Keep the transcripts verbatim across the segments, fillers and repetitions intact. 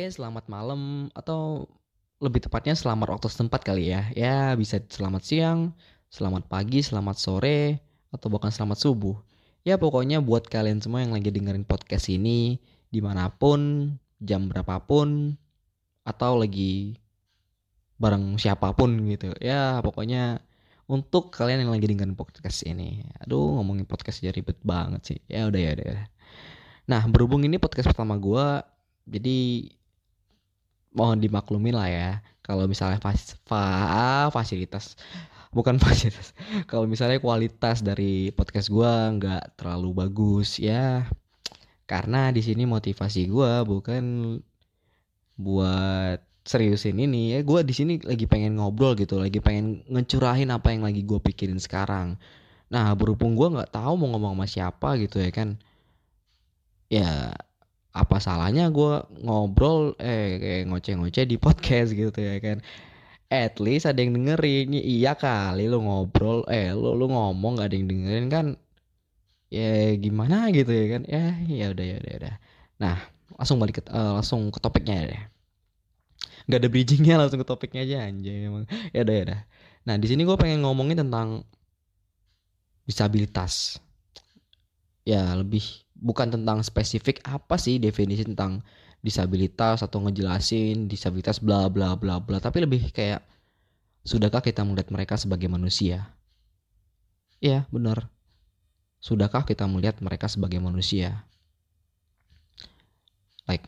selamat malam atau lebih tepatnya selamat waktu setempat kali ya. Ya, bisa selamat siang, selamat pagi, selamat sore, atau bahkan selamat subuh. Ya, pokoknya buat kalian semua yang lagi dengerin podcast ini, dimanapun, jam berapapun, atau lagi bareng siapapun gitu. Ya, pokoknya untuk kalian yang lagi dengerin podcast ini. Aduh, ngomongin podcast jadi ribet banget sih. Ya udah ya udah. ya. Nah, berhubung ini podcast pertama gua, jadi mohon dimaklumin lah ya kalau misalnya fas- fa- fasilitas bukan fasilitas kalau misalnya kualitas dari podcast gua nggak terlalu bagus ya, karena di sini motivasi gua bukan buat seriusin ini ya. Gua di sini lagi pengen ngobrol gitu, lagi pengen ngecurahin apa yang lagi gua pikirin sekarang. Nah, berhubung gua nggak tahu mau ngomong sama siapa gitu ya kan, ya apa salahnya gua ngobrol eh kayak ngoceh-ngoceh di podcast gitu ya kan. At least ada yang dengerin. Iya kali lu ngobrol, eh lu lu ngomong gak ada yang dengerin kan, ya gimana gitu ya kan. Ya ya udah ya udah ya udah. Nah, langsung balik ke eh, langsung ke topiknya deh. Gak ada bridgingnya, langsung ke topiknya aja anjay emang. Ya udah ya udah. Nah, di sini gue pengen ngomongin tentang disabilitas. Ya lebih bukan tentang spesifik apa sih definisi tentang disabilitas atau ngejelasin disabilitas bla bla bla bla, tapi lebih kayak sudahkah kita melihat mereka sebagai manusia? Iya, benar. Sudahkah kita melihat mereka sebagai manusia? Like,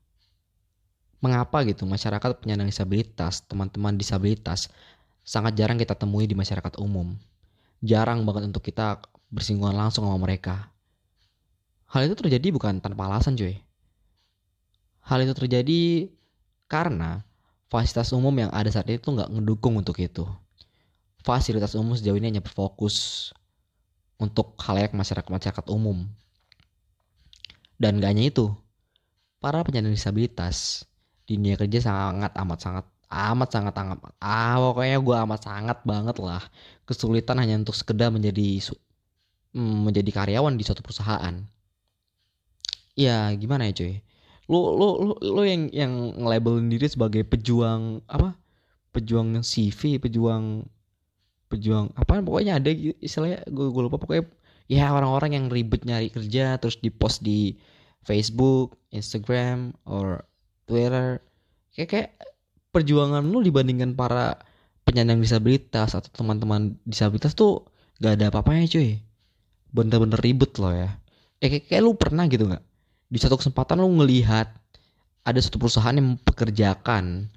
mengapa gitu masyarakat penyandang disabilitas, teman-teman disabilitas sangat jarang kita temui di masyarakat umum. Jarang banget untuk kita bersinggungan langsung sama mereka. Hal itu terjadi bukan tanpa alasan, cuy. Hal itu terjadi karena fasilitas umum yang ada saat itu nggak ngedukung untuk itu. Fasilitas umum sejauh ini hanya berfokus untuk khalayak masyarakat-masyarakat umum. Dan gak hanya itu, para penyandang disabilitas di dunia kerja sangat amat sangat amat sangat amat ah pokoknya gue amat sangat banget lah kesulitan hanya untuk sekedar menjadi mm, menjadi karyawan di suatu perusahaan. Ya gimana ya cuy, lu lu lu, lu yang yang nge-labelin diri sebagai pejuang apa, pejuang C V, pejuang pejuang apa pokoknya ada istilahnya, gue, gue lupa pokoknya. Ya orang-orang yang ribet nyari kerja terus di post di Facebook, Instagram, or Twitter. Kayak kayak perjuangan lu dibandingkan para penyandang disabilitas atau teman-teman disabilitas tuh gak ada apa-apanya cuy. Bener-bener ribet loh ya. Eh kayak, kayak lu pernah gitu gak? Di satu kesempatan lu ngelihat ada satu perusahaan yang mempekerjakan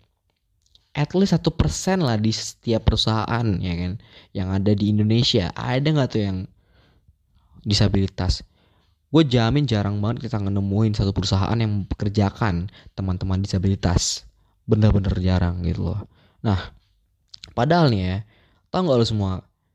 at least satu persen lah di setiap perusahaan ya kan, yang ada di Indonesia. Ada nggak tuh yang disabilitas? Gue jamin jarang banget kita nemuin satu perusahaan yang mempekerjakan teman-teman disabilitas. Bener-bener jarang gitu loh. Nah, padahal nih ya, tau gak lo semua,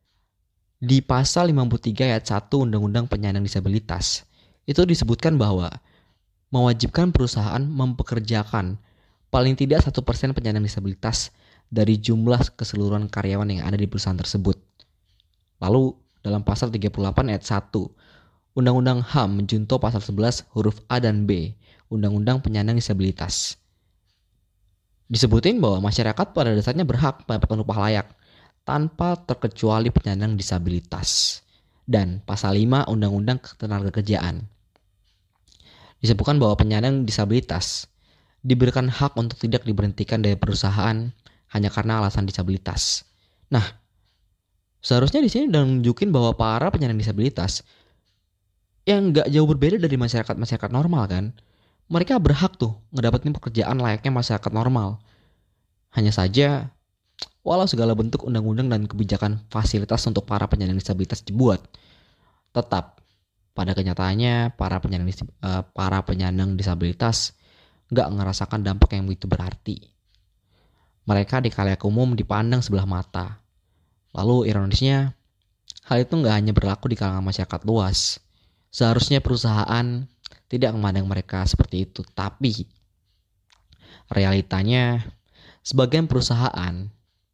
di pasal lima puluh tiga ayat satu Undang-Undang Penyandang Disabilitas, itu disebutkan bahwa mewajibkan perusahaan mempekerjakan paling tidak satu persen penyandang disabilitas dari jumlah keseluruhan karyawan yang ada di perusahaan tersebut. Lalu dalam pasal tiga puluh delapan ayat satu Undang-Undang H A M menjunto pasal sebelas huruf A dan B Undang-Undang Penyandang Disabilitas. Disebutin bahwa masyarakat pada dasarnya berhak mendapatkan upah layak tanpa terkecuali penyandang disabilitas. Dan pasal lima Undang-Undang Ketenagakerjaan disebutkan bahwa penyandang disabilitas diberikan hak untuk tidak diberhentikan dari perusahaan hanya karena alasan disabilitas. Nah, seharusnya di sini udah nunjukin bahwa para penyandang disabilitas yang nggak jauh berbeda dari masyarakat-masyarakat normal kan, mereka berhak tuh ngedapetin pekerjaan layaknya masyarakat normal. Hanya saja, walau segala bentuk undang-undang dan kebijakan fasilitas untuk para penyandang disabilitas dibuat, tetap pada kenyataannya para penyandang uh, para penyandang disabilitas nggak ngerasakan dampak yang begitu berarti. Mereka di khalayak umum dipandang sebelah mata. Lalu ironisnya, hal itu nggak hanya berlaku di kalangan masyarakat luas. Seharusnya perusahaan tidak memandang mereka seperti itu, tapi realitanya sebagian perusahaan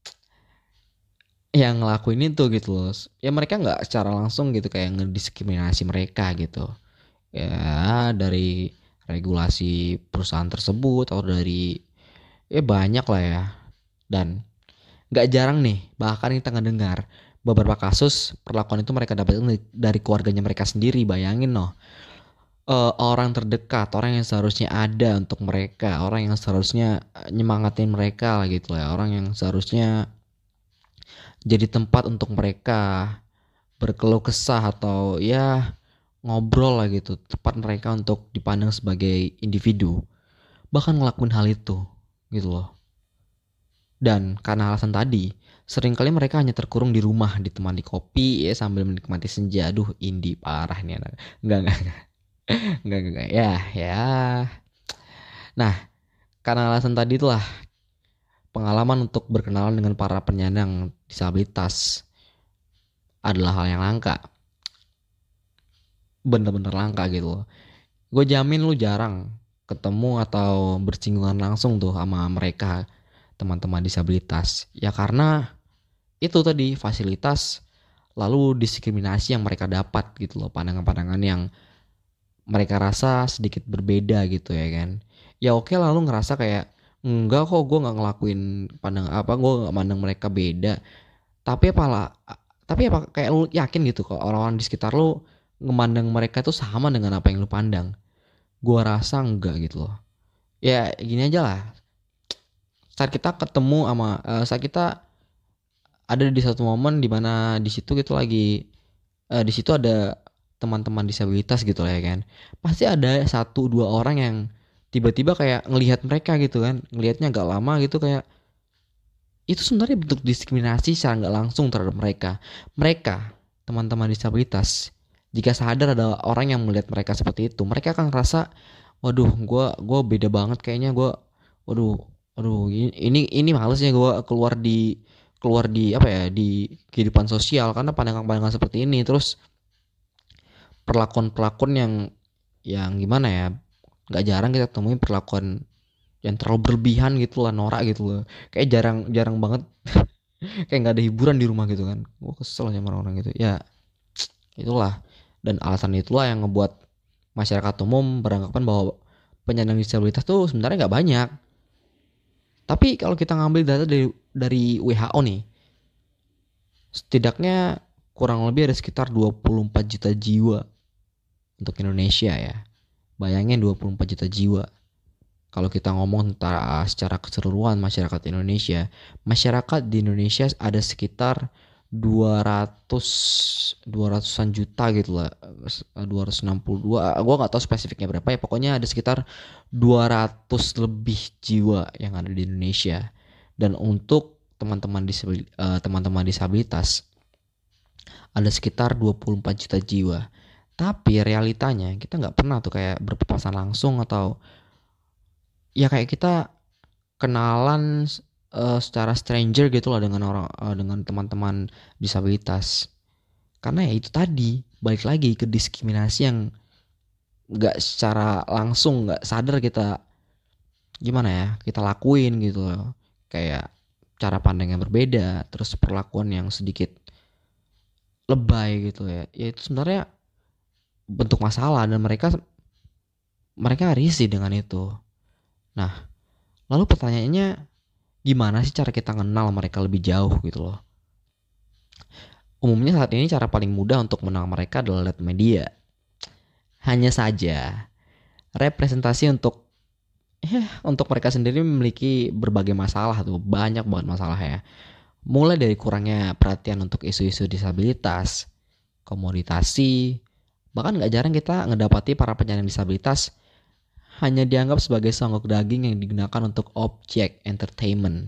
yang ngelakuin itu gitu loh, ya mereka nggak secara langsung gitu kayak ngediskriminasi mereka gitu. Ya dari regulasi perusahaan tersebut atau dari ya banyak lah ya. Dan gak jarang nih bahkan kita ngedengar beberapa kasus perlakuan itu mereka dapatkan dari keluarganya mereka sendiri. Bayangin loh, uh, orang terdekat, orang yang seharusnya ada untuk mereka, orang yang seharusnya nyemangatin mereka lah gitu ya, orang yang seharusnya jadi tempat untuk mereka berkeluh kesah atau ya ngobrol lah gitu, tempat mereka untuk dipandang sebagai individu, bahkan ngelakuin hal itu gitu loh. Dan karena alasan tadi, seringkali mereka hanya terkurung di rumah ditemani kopi ya sambil menikmati senja. Aduh, indie parah nih anak. Enggak, enggak, enggak. Enggak, enggak, enggak. Ya, ya. Nah, karena alasan tadi itulah pengalaman untuk berkenalan dengan para penyandang disabilitas adalah hal yang langka. Bener-bener langka gitu loh. Gue jamin lu jarang ketemu atau bersinggungan langsung tuh sama mereka, teman-teman disabilitas. Ya karena itu tadi fasilitas lalu diskriminasi yang mereka dapat gitu loh, pandangan-pandangan yang mereka rasa sedikit berbeda gitu ya kan. Ya oke lalu ngerasa kayak enggak kok, gue nggak ngelakuin pandang apa, gue nggak mandang mereka beda. Tapi apalah, tapi apa kayak lu yakin gitu kok orang-orang di sekitar lu ngemandang mereka tuh sama dengan apa yang lu pandang? Gua rasa enggak gitu loh. Ya gini aja lah. Saat kita ketemu sama uh, saat kita ada di satu momen di mana di situ gitu lagi uh, di situ ada teman-teman disabilitas gitu lah ya kan. Pasti ada satu dua orang yang tiba-tiba kayak ngelihat mereka gitu kan. Ngelihatnya agak lama gitu kayak itu sebenarnya bentuk diskriminasi secara nggak langsung terhadap mereka. Mereka, teman-teman disabilitas, jika sadar ada orang yang melihat mereka seperti itu, mereka akan ngerasa, waduh, gue gue beda banget kayaknya gue, waduh, waduh, ini ini males ya gue keluar di keluar di apa ya di kehidupan sosial karena pandangan-pandangan seperti ini. Terus perlakuan-perlakuan yang yang gimana ya, nggak jarang kita temuin perlakuan yang terlalu berlebihan gitu lah, norak gitu loh, kayak jarang jarang banget kayak nggak ada hiburan di rumah gitu kan. Gue kesel sama orang-orang gitu ya, itulah. Dan alasan itulah yang ngebuat masyarakat umum beranggapan bahwa penyandang disabilitas tuh sebenarnya nggak banyak. Tapi kalau kita ngambil data dari dari W H O nih, setidaknya kurang lebih ada sekitar dua puluh empat juta jiwa untuk Indonesia ya. Bayangin dua puluh empat juta jiwa. Kalau kita ngomong tentang secara keseluruhan masyarakat Indonesia, masyarakat di Indonesia ada sekitar dua ratus dua ratusan juta gitu lah, dua ratus enam puluh dua, gue nggak tahu spesifiknya berapa ya, pokoknya ada sekitar dua ratus lebih jiwa yang ada di Indonesia. Dan untuk teman-teman disabil, uh, teman-teman disabilitas ada sekitar dua puluh empat juta jiwa. Tapi realitanya kita nggak pernah tuh kayak berpapasan langsung atau ya kayak kita kenalan uh, secara stranger gitu lah dengan orang uh, dengan teman-teman disabilitas. Karena ya itu tadi balik lagi ke diskriminasi yang nggak secara langsung, nggak sadar kita gimana ya kita lakuin gitu loh. Kayak cara pandang yang berbeda, terus perlakuan yang sedikit lebay gitu ya. Ya itu sebenarnya bentuk masalah dan mereka mereka risih dengan itu. Nah, lalu pertanyaannya gimana sih cara kita kenal mereka lebih jauh gitu loh. Umumnya saat ini cara paling mudah untuk mengenal mereka adalah lewat media. Hanya saja representasi untuk ya untuk mereka sendiri memiliki berbagai masalah tuh, banyak banget masalah ya. Mulai dari kurangnya perhatian untuk isu-isu disabilitas, komoditasi, bahkan gak jarang kita ngedapati para penyandang disabilitas hanya dianggap sebagai songgok daging yang digunakan untuk objek entertainment.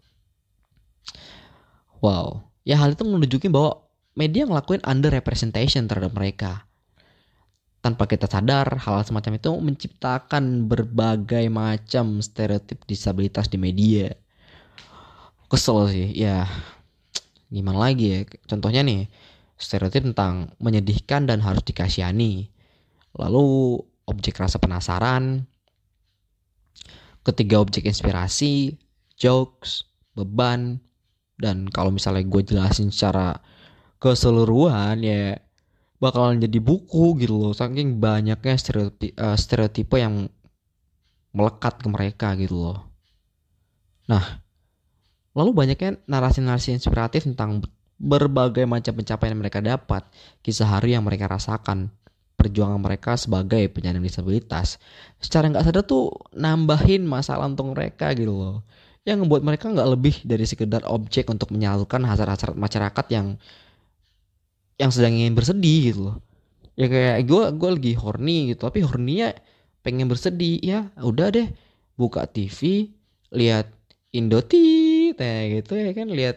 Wow, ya hal itu menunjukkan bahwa media ngelakuin under representation terhadap mereka. Tanpa kita sadar, hal semacam itu menciptakan berbagai macam stereotip disabilitas di media. Kesel sih, ya gimana lagi ya. Contohnya nih, stereotip tentang menyedihkan dan harus dikasihani. Lalu objek rasa penasaran, ketiga objek inspirasi, jokes, beban, dan kalau misalnya gue jelasin secara keseluruhan ya bakalan jadi buku gitu loh, saking banyaknya stereotipe, uh, stereotipe yang melekat ke mereka gitu loh. Nah, lalu banyaknya narasi-narasi inspiratif tentang berbagai macam pencapaian yang mereka dapat, kisah hari yang mereka rasakan, perjuangan mereka sebagai penyandang disabilitas. Secara nggak sadar tuh nambahin masalah untuk mereka gitu loh, yang membuat mereka nggak lebih dari sekedar objek untuk menyalurkan hasrat-hasrat masyarakat yang yang sedang ingin bersedih gitu loh. Ya kayak gue gue lagi horny gitu, tapi hornynya pengen bersedih, ya udah deh buka T V, lihat Indotit kayak gitu ya kan, lihat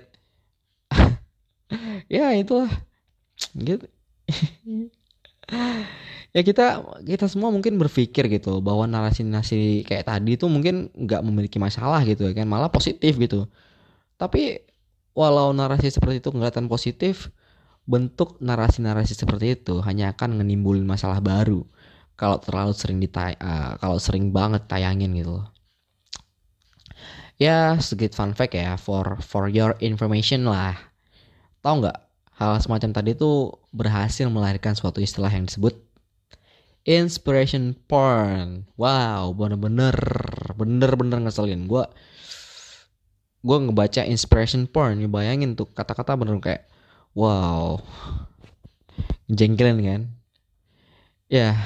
ya itulah gitu. Ya kita kita semua mungkin berpikir gitu bahwa narasi-narasi kayak tadi tuh mungkin nggak memiliki masalah gitu ya kan, malah positif gitu. Tapi walau narasi seperti itu kelihatan positif, bentuk narasi-narasi seperti itu hanya akan menimbulkan masalah baru kalau terlalu sering ditay- uh, kalau sering banget tayangin gitu loh. Ya sedikit fun fact ya, for for your information lah. Tahu nggak, hal semacam tadi tuh berhasil melahirkan suatu istilah yang disebut inspiration porn. Wow, bener-bener bener-bener ngeselin. Gua gua ngebaca inspiration porn, bayangin tuh kata-kata bener kayak wow, jengkelin kan. Ya,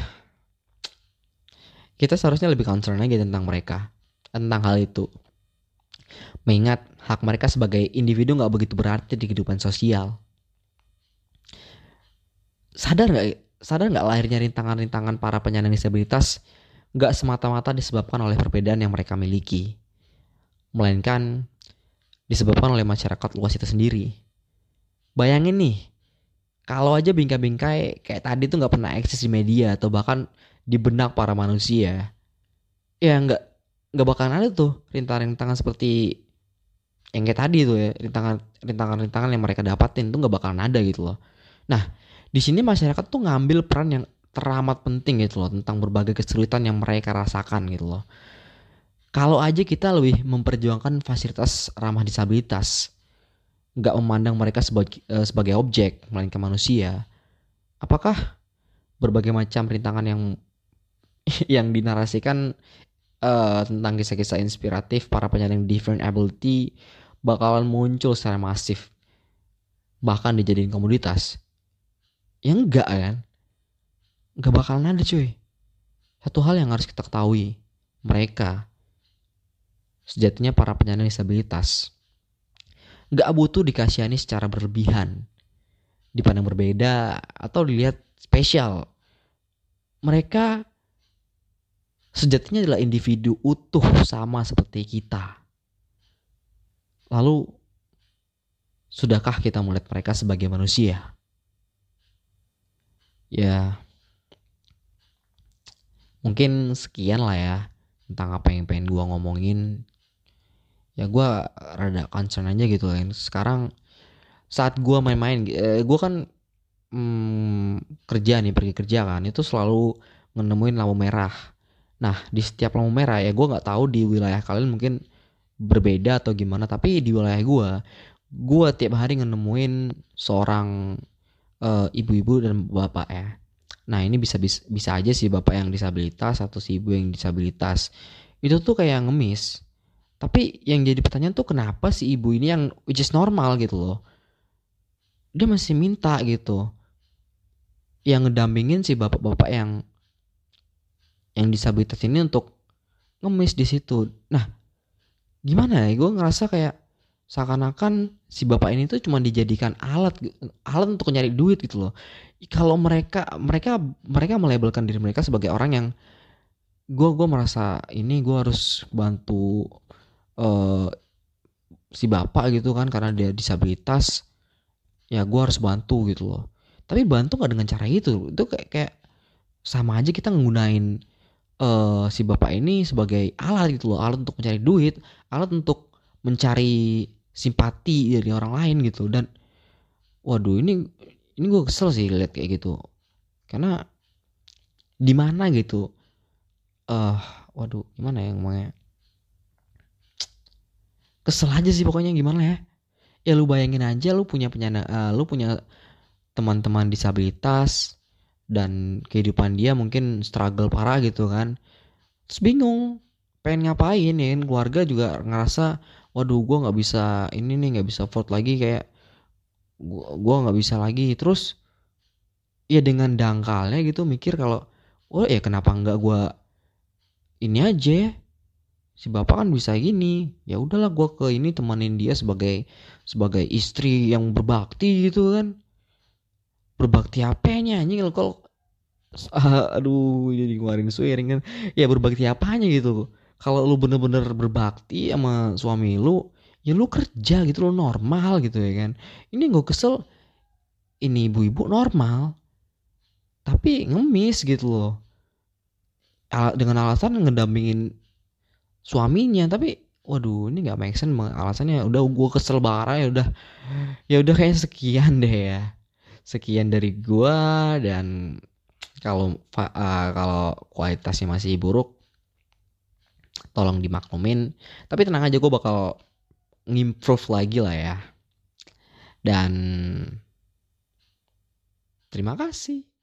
kita seharusnya lebih concern aja tentang mereka, tentang hal itu. Mengingat hak mereka sebagai individu gak begitu berarti di kehidupan sosial. Sadar gak, sadar gak lahirnya rintangan-rintangan para penyandang disabilitas gak semata-mata disebabkan oleh perbedaan yang mereka miliki, melainkan disebabkan oleh masyarakat luas itu sendiri. Bayangin nih, kalau aja bingkai-bingkai kayak tadi tuh gak pernah eksis di media atau bahkan di benak para manusia, ya gak, gak bakalan ada tuh rintangan-rintangan seperti yang kayak tadi tuh ya, rintangan rintangan-rintangan yang mereka dapatin tuh nggak bakalan ada gitu loh. Nah, di sini masyarakat tuh ngambil peran yang teramat penting gitu loh tentang berbagai kesulitan yang mereka rasakan gitu loh. Kalau aja kita lebih memperjuangkan fasilitas ramah disabilitas, nggak memandang mereka sebagai uh, sebagai objek melainkan manusia, apakah berbagai macam rintangan yang yang dinarasikan uh, tentang kisah-kisah inspiratif para penyandang different ability bakalan muncul secara masif, bahkan dijadiin komoditas? Ya enggak kan, enggak bakalan ada cuy. Satu hal yang harus kita ketahui, mereka sejatinya para penyandang disabilitas enggak butuh dikasihani secara berlebihan, dipandang berbeda atau dilihat spesial. Mereka sejatinya adalah individu utuh sama seperti kita. Lalu, sudahkah kita melihat mereka sebagai manusia? Ya, mungkin sekian lah ya tentang apa yang pengen gue ngomongin. Ya gue rada concern aja gitu kan. Sekarang saat gue main-main, eh, gue kan hmm, kerja nih, pergi kerja kan, itu selalu menemuin lampu merah. Nah, di setiap lampu merah ya gue nggak tahu di wilayah kalian mungkin berbeda atau gimana, tapi di wilayah gue, gue tiap hari nemuin seorang uh, ibu-ibu dan bapak ya. Nah ini bisa, bisa bisa aja sih bapak yang disabilitas atau si ibu yang disabilitas. Itu tuh kayak ngemis. Tapi yang jadi pertanyaan tuh kenapa si ibu ini yang which is normal gitu loh, dia masih minta gitu yang ngedampingin si bapak-bapak yang yang disabilitas ini untuk ngemis di situ. Nah, gimana ya? Gue ngerasa kayak seakan-akan si bapak ini tuh cuma dijadikan alat alat untuk nyari duit gitu loh. Kalau mereka mereka mereka melabelkan diri mereka sebagai orang yang gue gue merasa ini gue harus bantu uh, si bapak gitu kan karena dia disabilitas, ya gue harus bantu gitu loh. Tapi bantu nggak dengan cara itu, itu kayak kayak sama aja kita nggunain uh, si bapak ini sebagai alat gitu loh, alat untuk mencari duit, alat untuk mencari simpati dari orang lain gitu. Dan waduh ini ini gue kesel sih lihat kayak gitu, karena di mana gitu, eh uh, waduh gimana ya ngomongnya, kesel aja sih pokoknya. Gimana ya, ya lu bayangin aja lu punya penyandang, uh, lu punya teman-teman disabilitas dan kehidupan dia mungkin struggle parah gitu kan. Terus bingung pengen ngapain ya kan. Keluarga juga ngerasa waduh gue nggak bisa ini nih, nggak bisa vote lagi, kayak gue gue nggak bisa lagi. Terus ya dengan dangkalnya gitu mikir kalau oh ya kenapa nggak gue ini aja, si bapak kan bisa gini, ya udahlah gue ke ini temenin dia sebagai sebagai istri yang berbakti gitu kan. Berbakti apanya anjing kalau ah, aduh jadi ngeluarin swearing kan. Ya berbakti apanya gitu. Kalau lu bener-bener berbakti sama suami lu, ya lu kerja gitu, lu normal gitu ya kan. Ini gue kesel, ini ibu-ibu normal tapi ngemis gitu loh. Al- dengan alasan ngedampingin suaminya, tapi waduh ini nggak make sense alasannya. Udah gue kesel banget ya udah. Ya udah kayak sekian deh ya. Sekian dari gua, dan kalau fa- uh, kalau kualitasnya masih buruk tolong dimaklumin, tapi tenang aja gue bakal ngimprove lagi lah ya. Dan terima kasih.